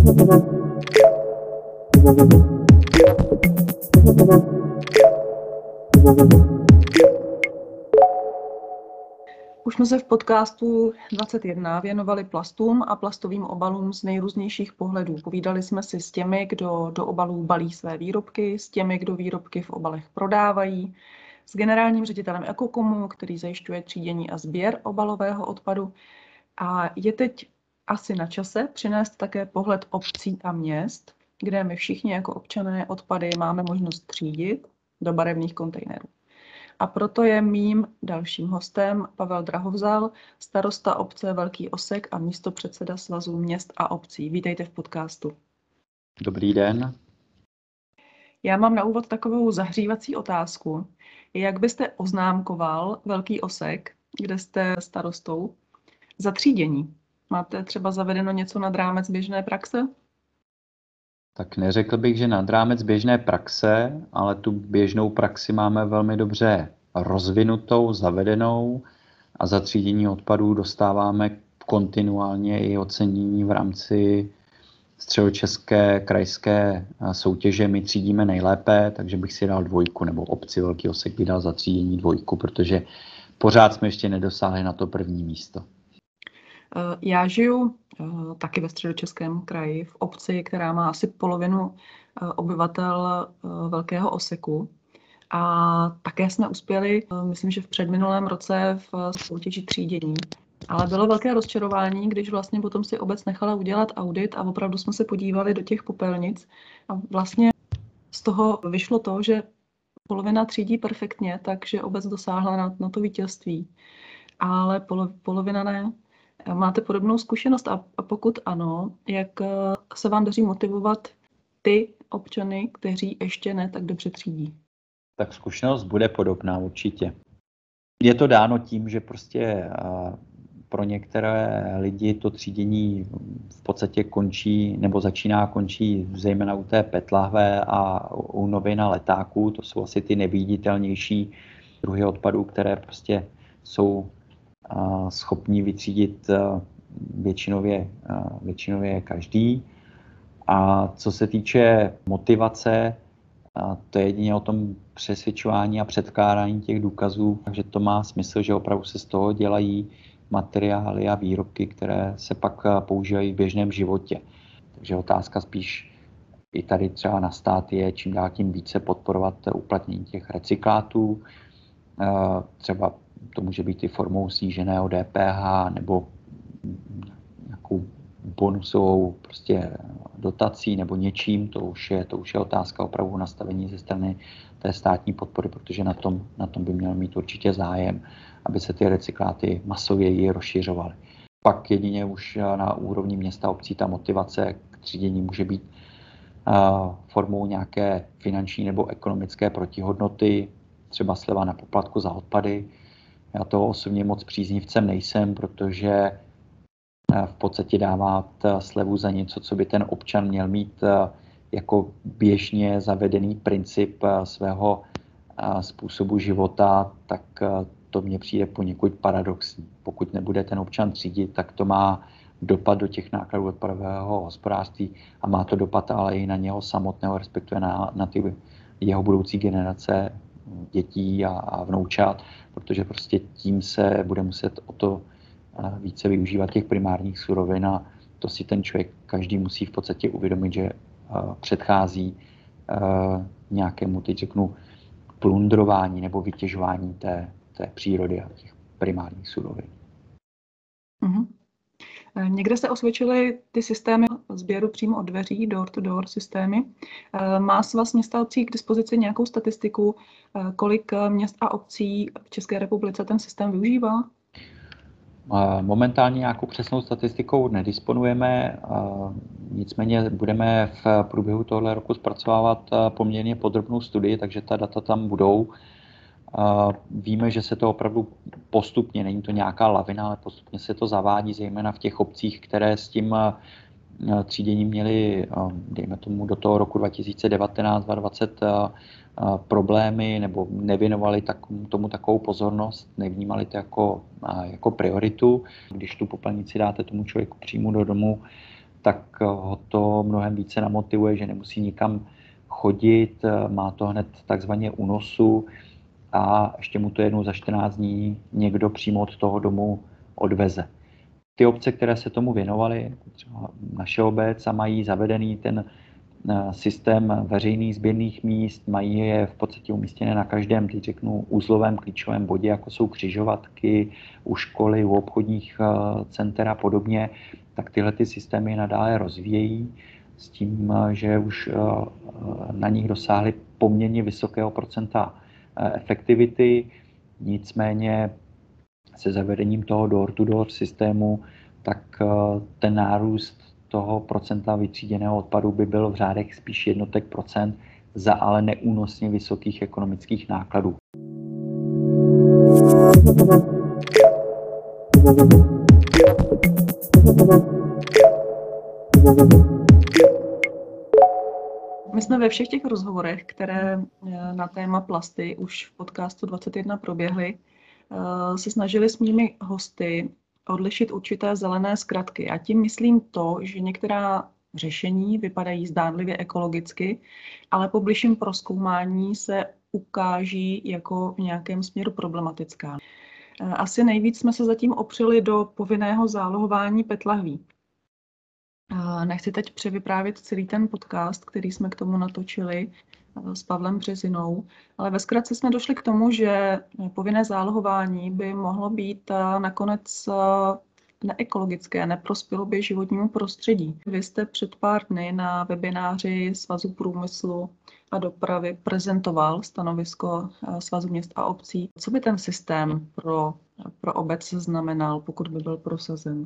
Už jsme se v podcastu 21 věnovali plastům a plastovým obalům z nejrůznějších pohledů. Povídali jsme si s těmi, kdo do obalů balí své výrobky, s těmi, kdo výrobky v obalech prodávají, s generálním ředitelem Ekokomu, který zajišťuje třídění a sběr obalového odpadu. A je teď asi na čase přinést také pohled obcí a měst, kde my všichni jako občané odpady máme možnost třídit do barevných kontejnerů. A proto je mým dalším hostem Pavel Drahovzal, starosta obce Velký Osek a místopředseda Svazu měst a obcí. Vítejte v podcastu. Dobrý den. Já mám na úvod takovou zahřívací otázku. Jak byste oznámkoval Velký Osek, kde jste starostou, za třídění? Máte třeba zavedeno něco nad rámec běžné praxe? Tak neřekl bych, že nad rámec běžné praxe, ale tu běžnou praxi máme velmi dobře rozvinutou, zavedenou a za třídění odpadů dostáváme kontinuálně i ocenění v rámci středočeské krajské soutěže. My třídíme nejlépe, takže bych si dal 2, nebo obci Velký Osek by dal za třídění 2, protože pořád jsme ještě nedosáhli na to první místo. Já žiju taky ve Středočeském kraji, v obci, která má asi polovinu obyvatel Velkého Oseku. A také jsme uspěli, myslím, že v předminulém roce v soutěži třídění. Ale bylo velké rozčarování, když vlastně potom si obec nechala udělat audit a opravdu jsme se podívali do těch popelnic. A vlastně z toho vyšlo to, že polovina třídí perfektně, takže obec dosáhla na to vítězství. Ale polovina ne. Máte podobnou zkušenost a pokud ano, jak se vám daří motivovat ty občany, kteří ještě ne tak dobře třídí? Tak zkušenost bude podobná určitě. Je to dáno tím, že prostě pro některé lidi to třídění v podstatě končí nebo začíná končí zejména u té PET lahve a u novin a letáků. To jsou asi ty neviditelnější druhy odpadů, které prostě jsou schopní vytřídit většinově každý. A co se týče motivace, to je jedině o tom přesvědčování a předkládání těch důkazů, takže to má smysl, že opravdu se z toho dělají materiály a výrobky, které se pak používají v běžném životě. Takže otázka spíš i tady třeba na stát je čím dál tím více podporovat uplatnění těch recyklátů. Třeba to může být i formou sníženého DPH nebo nějakou bonusovou prostě dotací nebo něčím, to už je otázka opravdu nastavení ze strany té státní podpory, protože na tom by měl mít určitě zájem, aby se ty recykláty masověji rozšiřovaly. Pak jedině už na úrovni města obcí ta motivace k třídění může být formou nějaké finanční nebo ekonomické protihodnoty, třeba sleva na poplatku za odpady. Já to osobně moc příznivcem nejsem, protože v podstatě dávat slevu za něco, co by ten občan měl mít jako běžně zavedený princip svého způsobu života, tak to mně přijde poněkud paradoxní. Pokud nebude ten občan třídit, tak to má dopad do těch nákladů odpadového hospodářství a má to dopad ale i na něho samotného, respektive na ty jeho budoucí generace dětí a vnoučat, protože prostě tím se bude muset o to více využívat těch primárních surovin a to si ten člověk každý musí v podstatě uvědomit, že předchází nějakému, teď řeknu, plundrování nebo vytěžování té přírody a těch primárních surovin. Mm-hmm. Někde se osvědčily ty systémy sběru přímo od dveří, door-to-door systémy. Má Svaz měst a obcí k dispozici nějakou statistiku, kolik měst a obcí v České republice ten systém využívá? Momentálně nějakou přesnou statistikou nedisponujeme, nicméně budeme v průběhu tohoto roku zpracovávat poměrně podrobnou studii, takže ta data tam budou. Víme, že se to opravdu postupně, není to nějaká lavina, ale postupně se to zavádí, zejména v těch obcích, které s tím tříděním měly, dejme tomu, do toho roku 2019-2020 problémy nebo nevěnovali tomu takovou pozornost, nevnímali to jako prioritu. Když tu popelnici dáte tomu člověku přímo do domu, tak ho to mnohem více namotivuje, že nemusí nikam chodit, má to hned takzvaně u nosu a ještě mu to jednou za 14 dní někdo přímo od toho domu odveze. Ty obce, které se tomu věnovaly, třeba naše obec, a mají zavedený ten systém veřejných sběrných míst, mají je v podstatě umístěné na každém, teď řeknu, uzlovém klíčovém bodě, jako jsou křižovatky, u školy, u obchodních center a podobně, tak tyhle ty systémy nadále rozvíjejí s tím, že už na nich dosáhly poměrně vysokého procenta efektivity. Nicméně se zavedením toho door-to-door systému, tak ten nárůst toho procenta vytříděného odpadu by byl v řádech spíš jednotek procent za ale neúnosně vysokých ekonomických nákladů. My jsme ve všech těch rozhovorech, které na téma plasty už v podcastu 21 proběhly, se snažili s mými hosty odlišit určité zelené zkratky. A tím myslím to, že některá řešení vypadají zdánlivě ekologicky, ale po bližším prozkoumání se ukáží jako v nějakém směru problematická. Asi nejvíc jsme se zatím opřeli do povinného zálohování PET lahví. Nechci teď převyprávět celý ten podcast, který jsme k tomu natočili s Pavlem Březinou, ale ve zkratce jsme došli k tomu, že povinné zálohování by mohlo být nakonec neekologické, neprospělo by životnímu prostředí. Vy jste před pár dny na webináři Svazu průmyslu a dopravy prezentoval stanovisko Svazu měst a obcí. Co by ten systém pro obec znamenal, pokud by byl prosazen?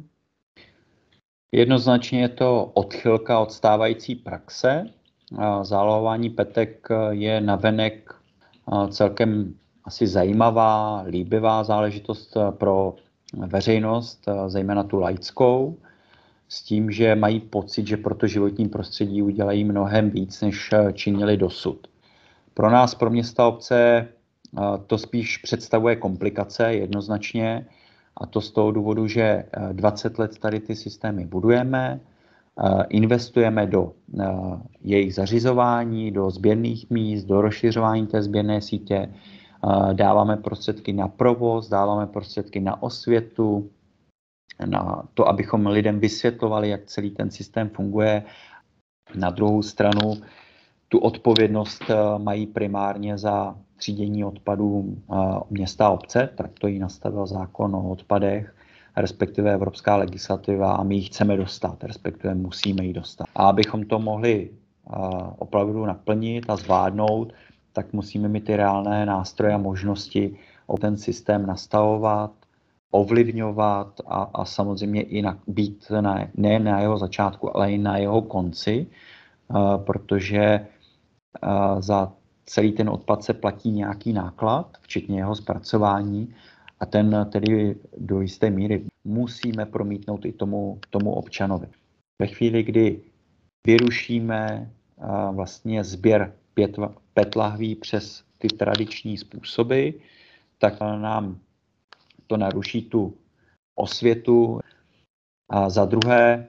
Jednoznačně je to odchylka od stávající praxe. Zálohování petek je navenek celkem asi zajímavá, líbivá záležitost pro veřejnost, zejména tu laickou, s tím, že mají pocit, že pro to životní prostředí udělají mnohem víc, než činili dosud. Pro nás, pro města a obce, to spíš představuje komplikace jednoznačně, a to z toho důvodu, že 20 let tady ty systémy budujeme, investujeme do jejich zařizování, do sběrných míst, do rozšiřování té sběrné sítě, dáváme prostředky na provoz, dáváme prostředky na osvětu, na to, abychom lidem vysvětlovali, jak celý ten systém funguje. Na druhou stranu tu odpovědnost mají primárně za třídění odpadů města a obce, tak to ji nastavil zákon o odpadech, respektive evropská legislativa, a my ji chceme dostat, respektive musíme ji dostat. A abychom to mohli opravdu naplnit a zvládnout, tak musíme mít ty reálné nástroje a možnosti ten systém nastavovat, ovlivňovat a samozřejmě i být ne na jeho začátku, ale i na jeho konci, protože za celý ten odpad se platí nějaký náklad, včetně jeho zpracování, a ten tedy do jisté míry musíme promítnout i tomu občanovi. Ve chvíli, kdy vyrušíme vlastně sběr PET lahví přes ty tradiční způsoby, tak nám to naruší tu osvětu. A za druhé,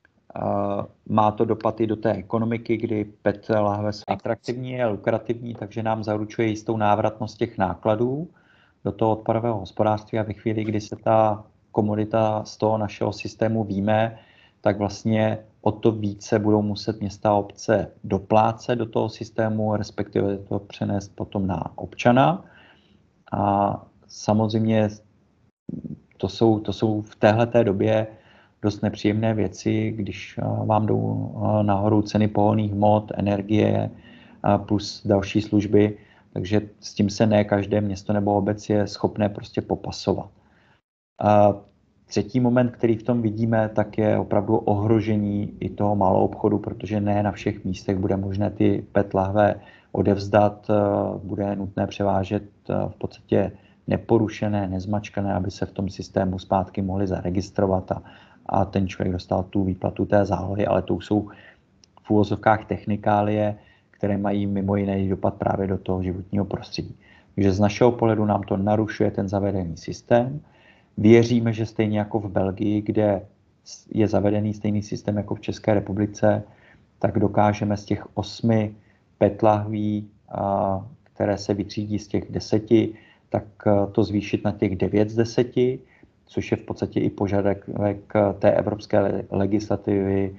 má to dopady do té ekonomiky, kdy PET lahve jsou atraktivní a lukrativní, takže nám zaručuje jistou návratnost těch nákladů do toho odpadového hospodářství, a ve chvíli, kdy se ta komodita z toho našeho systému víme, tak vlastně o to více budou muset města a obce doplácet do toho systému, respektive to přenést potom na občana. A samozřejmě to jsou v téhleté době dost nepříjemné věci, když vám jdou nahoru ceny pohonných hmot, energie plus další služby, takže s tím se ne každé město nebo obec je schopné prostě popasovat. Třetí moment, který v tom vidíme, tak je opravdu ohrožení i toho malou obchodu, protože ne na všech místech bude možné ty PET lahve odevzdat, bude nutné převážet v podstatě neporušené, nezmačkané, aby se v tom systému zpátky mohli zaregistrovat a ten člověk dostal tu výplatu té zálohy, ale to jsou v uvozovkách technikálie, které mají mimo jiný dopad právě do toho životního prostředí. Takže z našeho pohledu nám to narušuje ten zavedený systém. Věříme, že stejně jako v Belgii, kde je zavedený stejný systém jako v České republice, tak dokážeme z těch 8 PET lahví, které se vytřídí z těch 10, tak to zvýšit na těch 9 z 10, což je v podstatě i požadavek té evropské legislativy,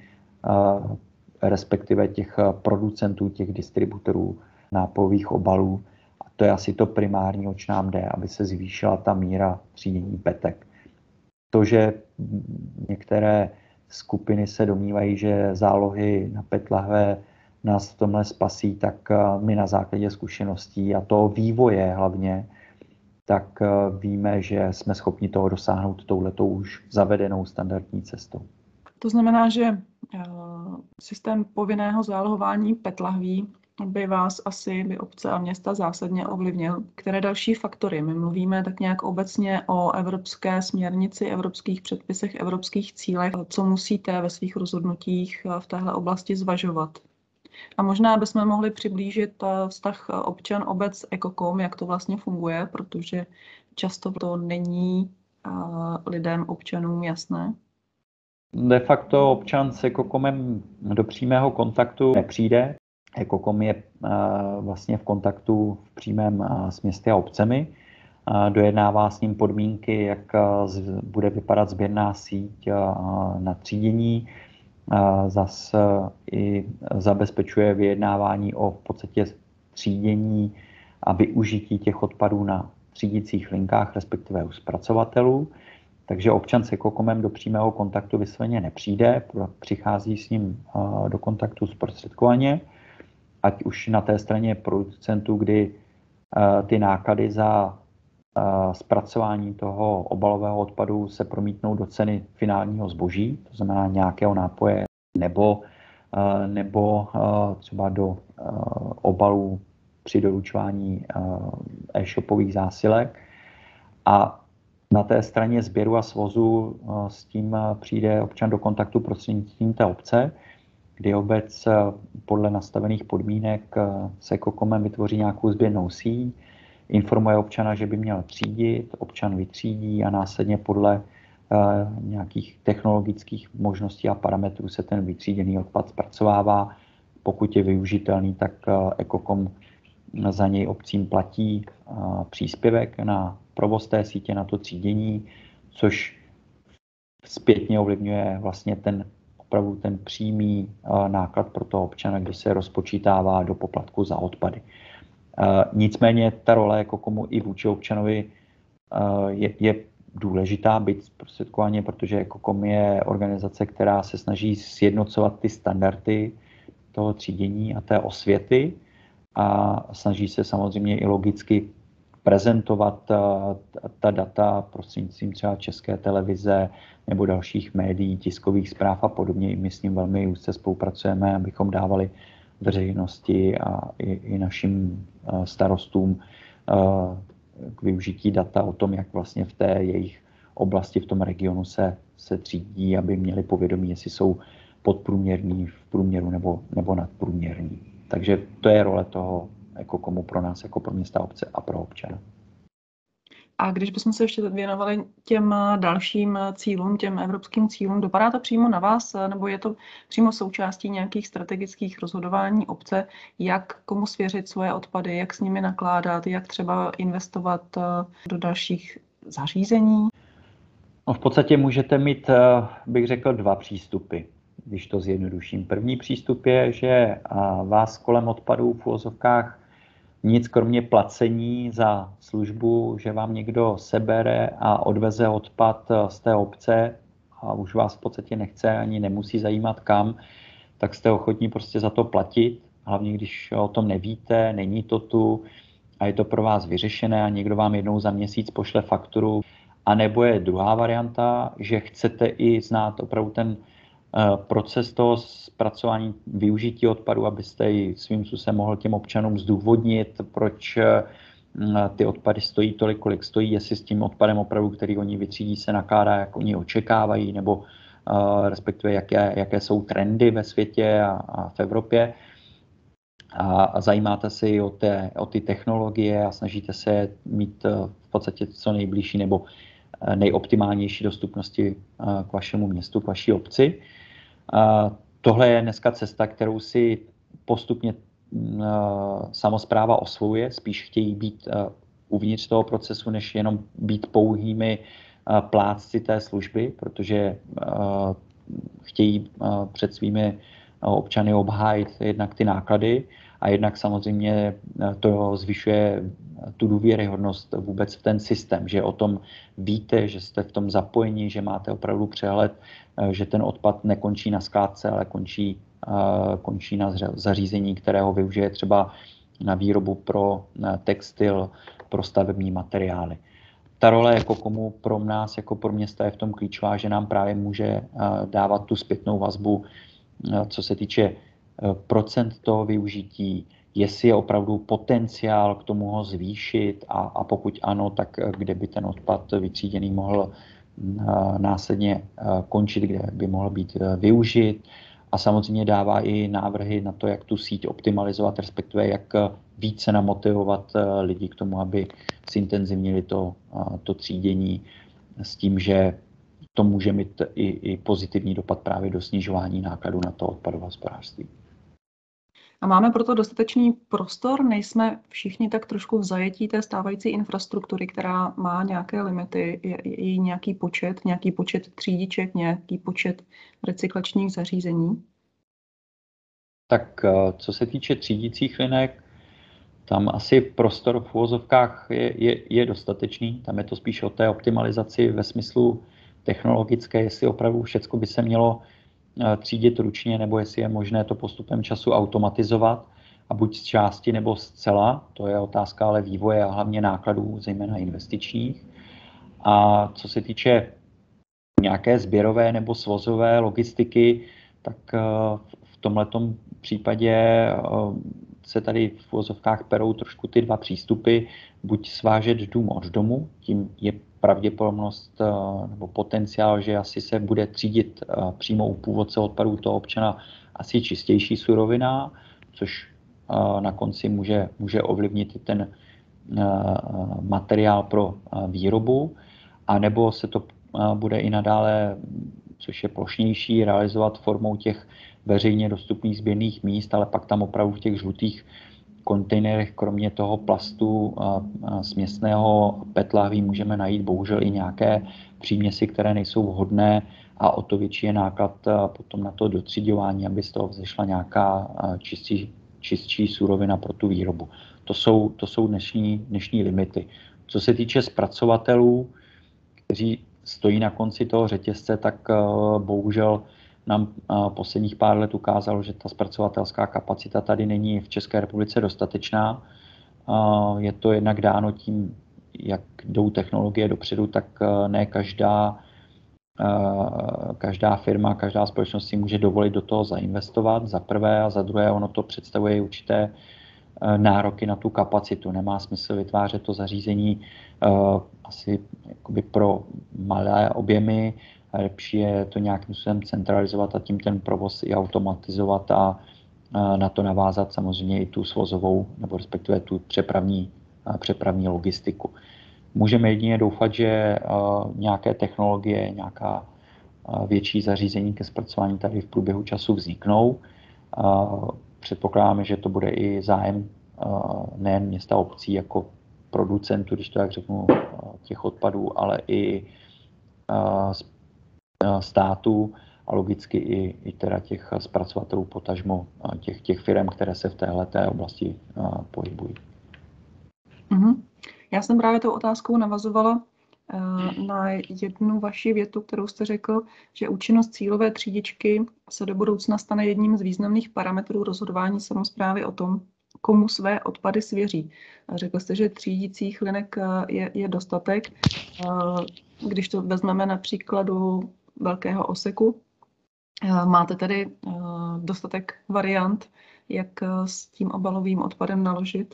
respektive těch producentů, těch distributorů nápojových obalů. A to je asi to primární, oč nám jde, aby se zvýšila ta míra třídění petek. To, že některé skupiny se domnívají, že zálohy na PET lahve nás v tomhle spasí, tak my na základě zkušeností a toho vývoje hlavně, tak víme, že jsme schopni toho dosáhnout touhletou už zavedenou standardní cestou. To znamená, že systém povinného zálohování PET lahví by vás asi, by obce a města zásadně ovlivnil. Které další faktory? My mluvíme tak nějak obecně o evropské směrnici, evropských předpisech, evropských cílech. Co musíte ve svých rozhodnutích v téhle oblasti zvažovat? A možná bychom mohli přiblížit vztah občan, obec, Ekokom, jak to vlastně funguje, protože často to není lidem, občanům jasné. De facto občan s Ekokomem do přímého kontaktu nepřijde. Ekokom je vlastně v kontaktu v přímém s městy a obcemi. Dojednává s ním podmínky, jak bude vypadat sběrná síť na třídění. Zas i zabezpečuje vyjednávání o v podstatě třídění a využití těch odpadů na třídicích linkách, respektive u zpracovatelů. Takže občan s Ekokomem do přímého kontaktu vysloveně nepřijde, přichází s ním do kontaktu zprostředkovaně, ať už na té straně producentů, kdy ty náklady za zpracování toho obalového odpadu se promítnou do ceny finálního zboží, to znamená nějakého nápoje, nebo třeba do obalů při doručování e-shopových zásilek. A na té straně sběru a svozu s tím přijde občan do kontaktu prostřednictvím té obce, kdy obec podle nastavených podmínek s Ekokomem vytvoří nějakou sběrnou síť, informuje občana, že by měl třídit, občan vytřídí a následně podle nějakých technologických možností a parametrů se ten vytříděný odpad zpracovává. Pokud je využitelný, tak Ekokom za něj obcím platí příspěvek na provoz té sítě, na to třídění, což zpětně ovlivňuje vlastně opravdu ten přímý náklad pro toho občana, když se rozpočítává do poplatku za odpady. Nicméně ta role Ekokomu i vůči občanovi je důležitá, byť zprostředkovaně, protože Ekokom je organizace, která se snaží sjednocovat ty standardy toho třídění a té osvěty a snaží se samozřejmě i logicky prezentovat ta data prostřednictvím třeba České televize nebo dalších médií, tiskových zpráv a podobně. My s ním velmi úzce spolupracujeme, abychom dávali veřejnosti a i našim starostům k využití data o tom, jak vlastně v té jejich oblasti, v tom regionu se třídí, aby měli povědomí, jestli jsou podprůměrní, v průměru nebo nadprůměrní. Takže to je role toho Ekokomu pro nás, jako pro města, obce a pro občana. A když bychom se ještě věnovali těm dalším cílům, těm evropským cílům, dopadá to přímo na vás, nebo je to přímo součástí nějakých strategických rozhodování obce, jak komu svěřit svoje odpady, jak s nimi nakládat, jak třeba investovat do dalších zařízení? No, v podstatě můžete mít, bych řekl, 2 přístupy, když to zjednoduším. První přístup je, že vás kolem odpadů v uvozovkách nic kromě placení za službu, že vám někdo sebere a odveze odpad z té obce a už vás v podstatě nechce ani nemusí zajímat kam, tak jste ochotní prostě za to platit, hlavně když o tom nevíte, není to tu a je to pro vás vyřešené a někdo vám jednou za měsíc pošle fakturu. A nebo je druhá varianta, že chcete i znát opravdu ten proces toho zpracování, využití odpadu, abyste i svým způsobem mohl těm občanům zdůvodnit, proč ty odpady stojí tolik, kolik stojí, jestli s tím odpadem opravdu, který oni vytřídí, se nakládá, jak oni očekávají, nebo respektive jaké jsou trendy ve světě a v Evropě. A zajímáte se i o ty technologie a snažíte se mít v podstatě co nejbližší nebo nejoptimálnější dostupnosti k vašemu městu, k vaší obci. Tohle je dneska cesta, kterou si postupně samospráva osvojuje, spíš chtějí být uvnitř toho procesu, než jenom být pouhými plátci té služby, protože chtějí před svými občany obhájit jednak ty náklady a jednak samozřejmě to zvyšuje tu důvěryhodnost vůbec v ten systém, že o tom víte, že jste v tom zapojeni, že máte opravdu přehled, že ten odpad nekončí na skládce, ale končí na zařízení, kterého využije třeba na výrobu pro textil, pro stavební materiály. Ta role jako komu pro nás, jako pro města je v tom klíčová, že nám právě může dávat tu zpětnou vazbu, co se týče procent toho využití, jestli je opravdu potenciál k tomu ho zvýšit a pokud ano, tak kde by ten odpad vytříděný mohl následně končit, kde by mohl být využit. A samozřejmě dává i návrhy na to, jak tu síť optimalizovat, respektive jak více namotivovat lidi k tomu, aby zintenzivnili to třídění s tím, že to může mít i pozitivní dopad právě do snižování nákladů na to odpadové hospodářství. A máme proto dostatečný prostor? Nejsme všichni tak trošku v zajetí té stávající infrastruktury, která má nějaké limity, je nějaký počet třídiček, nějaký počet recyklačních zařízení? Tak co se týče třídicích linek, tam asi prostor v uvozovkách je dostatečný. Tam je to spíš o té optimalizaci ve smyslu technologické, jestli opravdu všechno by se mělo třídit ručně, nebo jestli je možné to postupem času automatizovat a buď z části nebo zcela. To je otázka ale vývoje a hlavně nákladů, zejména investičních. A co se týče nějaké sběrové nebo svozové logistiky, tak v tomhletom případě se tady v uvozovkách perou trošku ty dva přístupy, buď svážet dům od domu, tím je pravděpodobnost nebo potenciál, že asi se bude třídit přímo u původce odpadů toho občana asi čistější surovina, což na konci může ovlivnit i ten materiál pro výrobu, anebo se to bude i nadále, což je plošnější, realizovat formou těch veřejně dostupných sběrných míst, ale pak tam opravdu v těch žlutých kontejnerech, kromě toho plastu směsného PET lahví, můžeme najít bohužel i nějaké příměsi, které nejsou vhodné a o to větší je náklad potom na to dotřiďování, aby z toho vzešla nějaká čistší surovina pro tu výrobu. To jsou dnešní limity. Co se týče zpracovatelů, kteří stojí na konci toho řetězce, tak bohužel nám posledních pár let ukázalo, že ta zpracovatelská kapacita tady není v České republice dostatečná. Je to jednak dáno tím, jak jdou technologie dopředu, tak ne každá firma, každá společnost si může dovolit do toho zainvestovat, za prvé, a za druhé ono to představuje určité nároky na tu kapacitu. Nemá smysl vytvářet to zařízení asi jakoby pro malé objemy, lepší je to nějakým způsobem centralizovat a tím ten provoz i automatizovat a na to navázat samozřejmě i tu svozovou nebo respektive tu přepravní logistiku. Můžeme jedině doufat, že nějaké technologie, nějaká větší zařízení ke zpracování tady v průběhu času vzniknou. Předpokládáme, že to bude i zájem nejen města obcí jako producentů, když to tak řeknu, těch odpadů, ale i států a logicky i teda těch zpracovatelů, potažmo těch firm, které se v téhleté oblasti pohybují. Já jsem právě tou otázkou navazovala na jednu vaši větu, kterou jste řekl, že účinnost cílové třídičky se do budoucna stane jedním z významných parametrů rozhodování samosprávy o tom, komu své odpady svěří. Řekl jste, že třídicích linek je dostatek. Když to vezmeme na příkladu velkého Oseku, máte tedy dostatek variant, jak s tím obalovým odpadem naložit?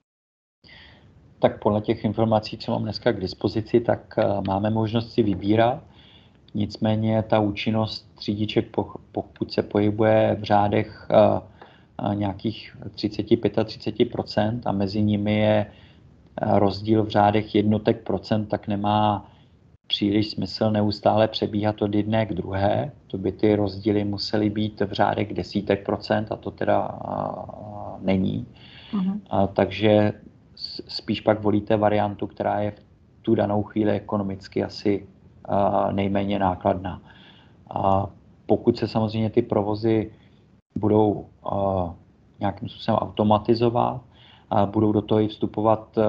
Tak podle těch informací, co mám dneska k dispozici, tak máme možnost si vybírat. Nicméně ta účinnost třídiček, pokud se pohybuje v řádech nějakých 30-35% a mezi nimi je rozdíl v řádech jednotek procent, tak nemá příliš smysl neustále přebíhat od jedné k druhé. To by ty rozdíly musely být v řádech desítek procent a to teda není. Takže spíš pak volíte variantu, která je v tu danou chvíli ekonomicky asi nejméně nákladná. Pokud se samozřejmě ty provozy budou nějakým způsobem automatizovat, budou do toho i vstupovat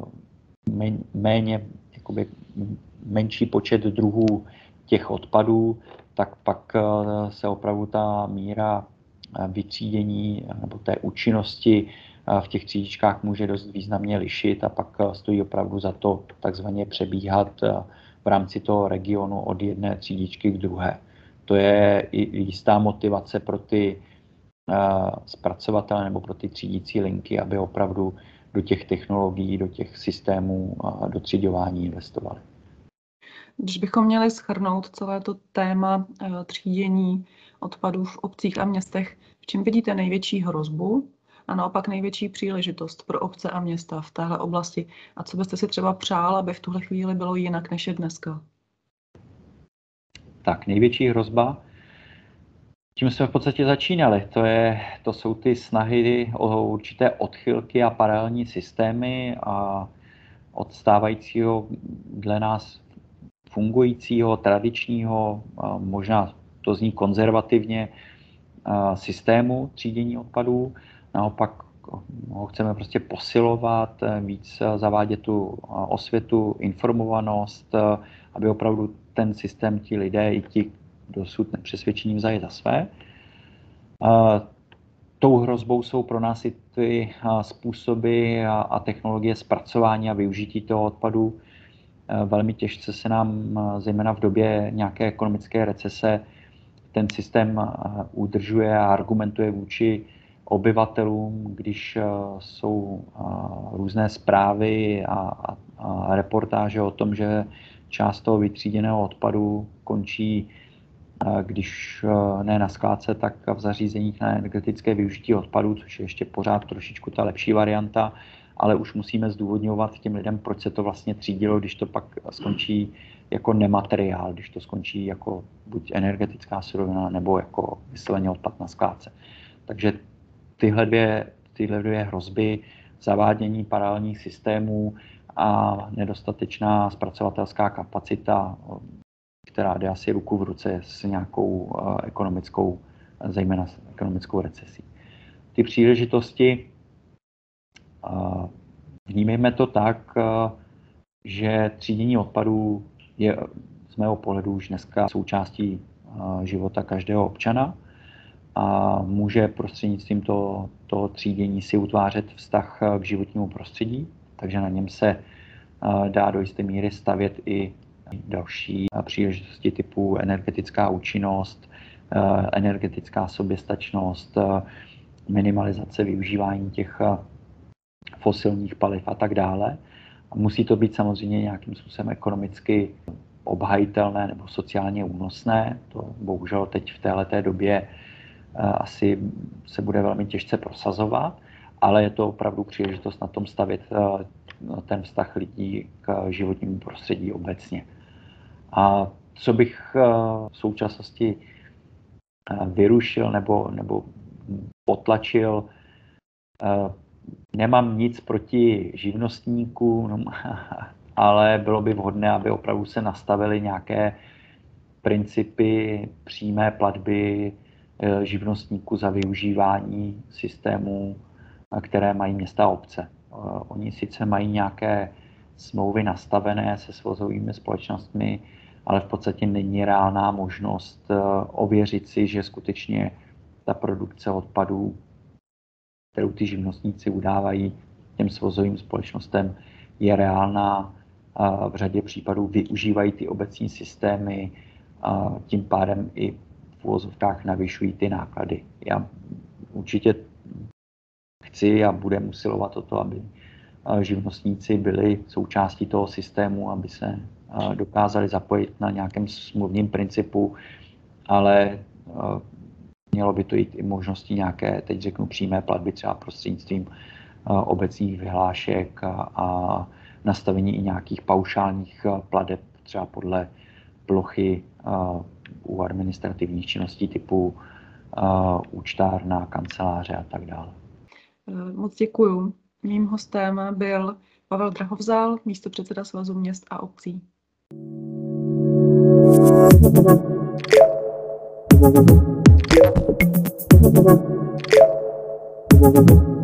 menší počet druhů těch odpadů, tak pak se opravdu ta míra vytřídění nebo té účinnosti v těch třídičkách může dost významně lišit a pak stojí opravdu za to takzvaně přebíhat v rámci toho regionu od jedné třídičky k druhé. To je i jistá motivace pro ty zpracovatele nebo pro ty třídící linky, aby opravdu do těch technologií, do těch systémů dotřiďování investovali. Když bychom měli shrnout celé to téma třídění odpadů v obcích a městech, v čem vidíte největší hrozbu a naopak největší příležitost pro obce a města v téhle oblasti? A co byste si třeba přál, aby v tuhle chvíli bylo jinak, než je dneska? Tak největší hrozba, tím jsme v podstatě začínali, to jsou ty snahy o určité odchylky a paralelní systémy a od stávajícího dle nás fungujícího, tradičního, možná to zní konzervativně, systému třídění odpadů. Naopak ho chceme prostě posilovat, víc zavádět tu osvětu, informovanost, aby opravdu ten systém ti lidé i ti dosud nepřesvědčení vzali za své. Tou hrozbou jsou pro nás i ty způsoby a technologie zpracování a využití toho odpadu. Velmi těžce se nám, zejména v době nějaké ekonomické recese, ten systém udržuje a argumentuje vůči obyvatelům, když jsou různé zprávy a reportáže o tom, že část toho vytříděného odpadu končí, když ne na skládce, tak v zařízeních na energetické využití odpadů, což je ještě pořád trošičku ta lepší varianta, ale už musíme zdůvodňovat těm lidem, proč se to vlastně třídilo, když to pak skončí jako nemateriál, když to skončí jako buď energetická surovina nebo jako vysloveně odpad na skládce. Takže tyhle dvě hrozby, zavádění paralelních systémů a nedostatečná zpracovatelská kapacita, která jde asi ruku v ruce s nějakou ekonomickou, zejména s ekonomickou recesí. Ty příležitosti, vnímejme to tak, že třídění odpadů je z mého pohledu už dneska součástí života každého občana a může prostřednictvím toho třídění si utvářet vztah k životnímu prostředí, takže na něm se dá do jisté míry stavět i další příležitosti typu energetická účinnost, energetická soběstačnost, minimalizace využívání těch fosilních paliv a tak dále. Musí to být samozřejmě nějakým způsobem ekonomicky obhajitelné nebo sociálně únosné. To bohužel teď v téhleté době asi se bude velmi těžce prosazovat, ale je to opravdu příležitost na tom stavět ten vztah lidí k životnímu prostředí obecně. A co bych v současnosti vyrušil nebo potlačil, nemám nic proti živnostníkům, ale bylo by vhodné, aby opravdu se nastavily nějaké principy přímé platby živnostníků za využívání systémů, které mají města a obce. Oni sice mají nějaké smlouvy nastavené se svozovými společnostmi, ale v podstatě není reálná možnost ověřit si, že skutečně ta produkce odpadů, kterou ty živnostníci udávají těm svozovým společnostem, je reálná. V řadě případů využívají ty obecní systémy a tím pádem i v uvozovkách navyšují ty náklady. Já určitě chci a budeme usilovat o to, aby živnostníci byli součástí toho systému, aby se dokázali zapojit na nějakém smluvním principu, ale mělo by to jít i možností nějaké, teď řeknu, přímé platby, třeba prostřednictvím obecních vyhlášek a nastavení i nějakých paušálních plateb třeba podle plochy u administrativních činností typu účtárna, kanceláře a tak dále. Moc děkuju. Mým hostem byl Pavel Drahovzal, místopředseda Svazu měst a obcí. Thank you.